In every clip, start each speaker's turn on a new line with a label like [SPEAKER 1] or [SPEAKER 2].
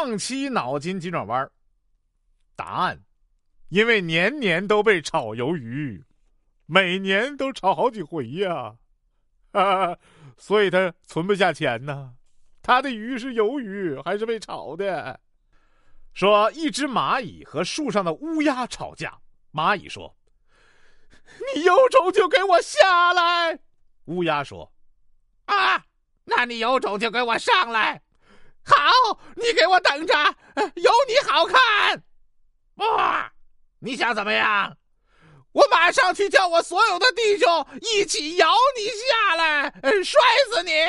[SPEAKER 1] 上期脑筋急转弯，答案：因为年年都被炒鱿鱼，每年都炒好几回呀，所以他存不下钱呢。他的鱼是鱿鱼，还是被炒的？说一只蚂蚁和树上的乌鸦吵架，蚂蚁说：“你有种就给我下来。”乌鸦说：“啊，那你有种就给我上来。好，你给我等着，有你好看。哇，你想怎么样？我马上去叫我所有的弟兄一起摇你下来，摔死你！”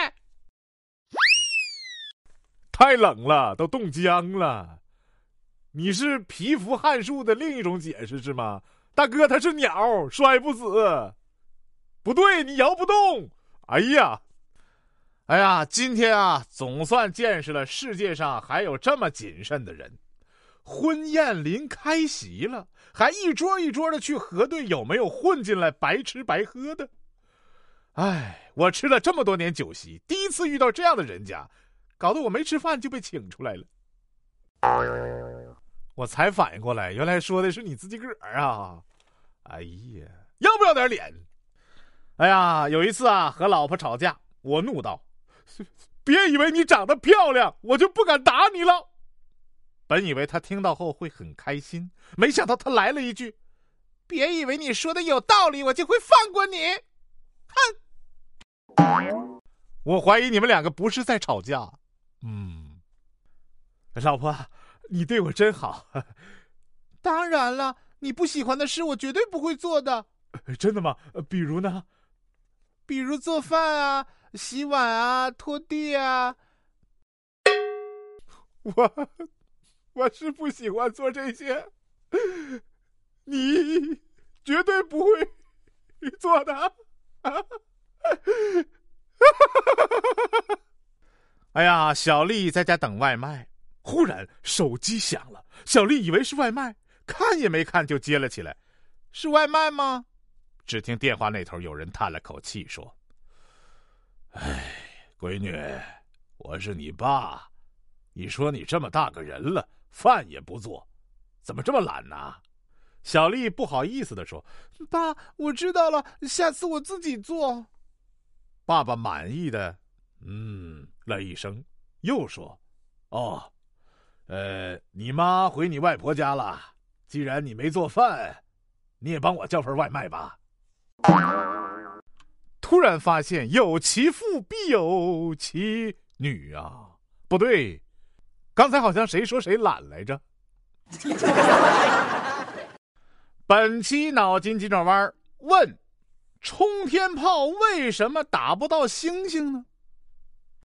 [SPEAKER 1] 太冷了，都冻僵了。你是蚍蜉撼树的另一种解释是吗？大哥，他是鸟，摔不死。不对，你摇不动。哎呀，今天啊，总算见识了世界上还有这么谨慎的人。婚宴临开席了，还一桌一桌的去核对有没有混进来白吃白喝的。哎，我吃了这么多年酒席，第一次遇到这样的人家，搞得我没吃饭就被请出来了。我才反应过来，原来说的是你自己个儿啊！哎呀，要不要点脸？哎呀，有一次啊，和老婆吵架，我怒道：“别以为你长得漂亮，我就不敢打你了。”本以为他听到后会很开心，没想到他来了一句：“别以为你说的有道理，我就会放过你。”哼！我怀疑你们两个不是在吵架。老婆，你对我真好。当然了，你不喜欢的事我绝对不会做的。真的吗？比如呢？比如做饭啊，洗碗啊，拖地啊。我是不喜欢做这些，你绝对不会做的。哎呀，小丽在家等外卖，忽然手机响了，小丽以为是外卖，看也没看就接了起来。是外卖吗？只听电话那头有人叹了口气说：“哎，闺女，我是你爸，你说你这么大个人了，饭也不做，怎么这么懒呢？”小丽不好意思地说：“爸，我知道了，下次我自己做。”爸爸满意的了一声，又说：“哦，你妈回你外婆家了，既然你没做饭，你也帮我叫份外卖吧。”突然发现有其父必有其女啊，不对，刚才好像谁说谁懒来着。本期脑筋急转弯问：冲天炮为什么打不到星星呢？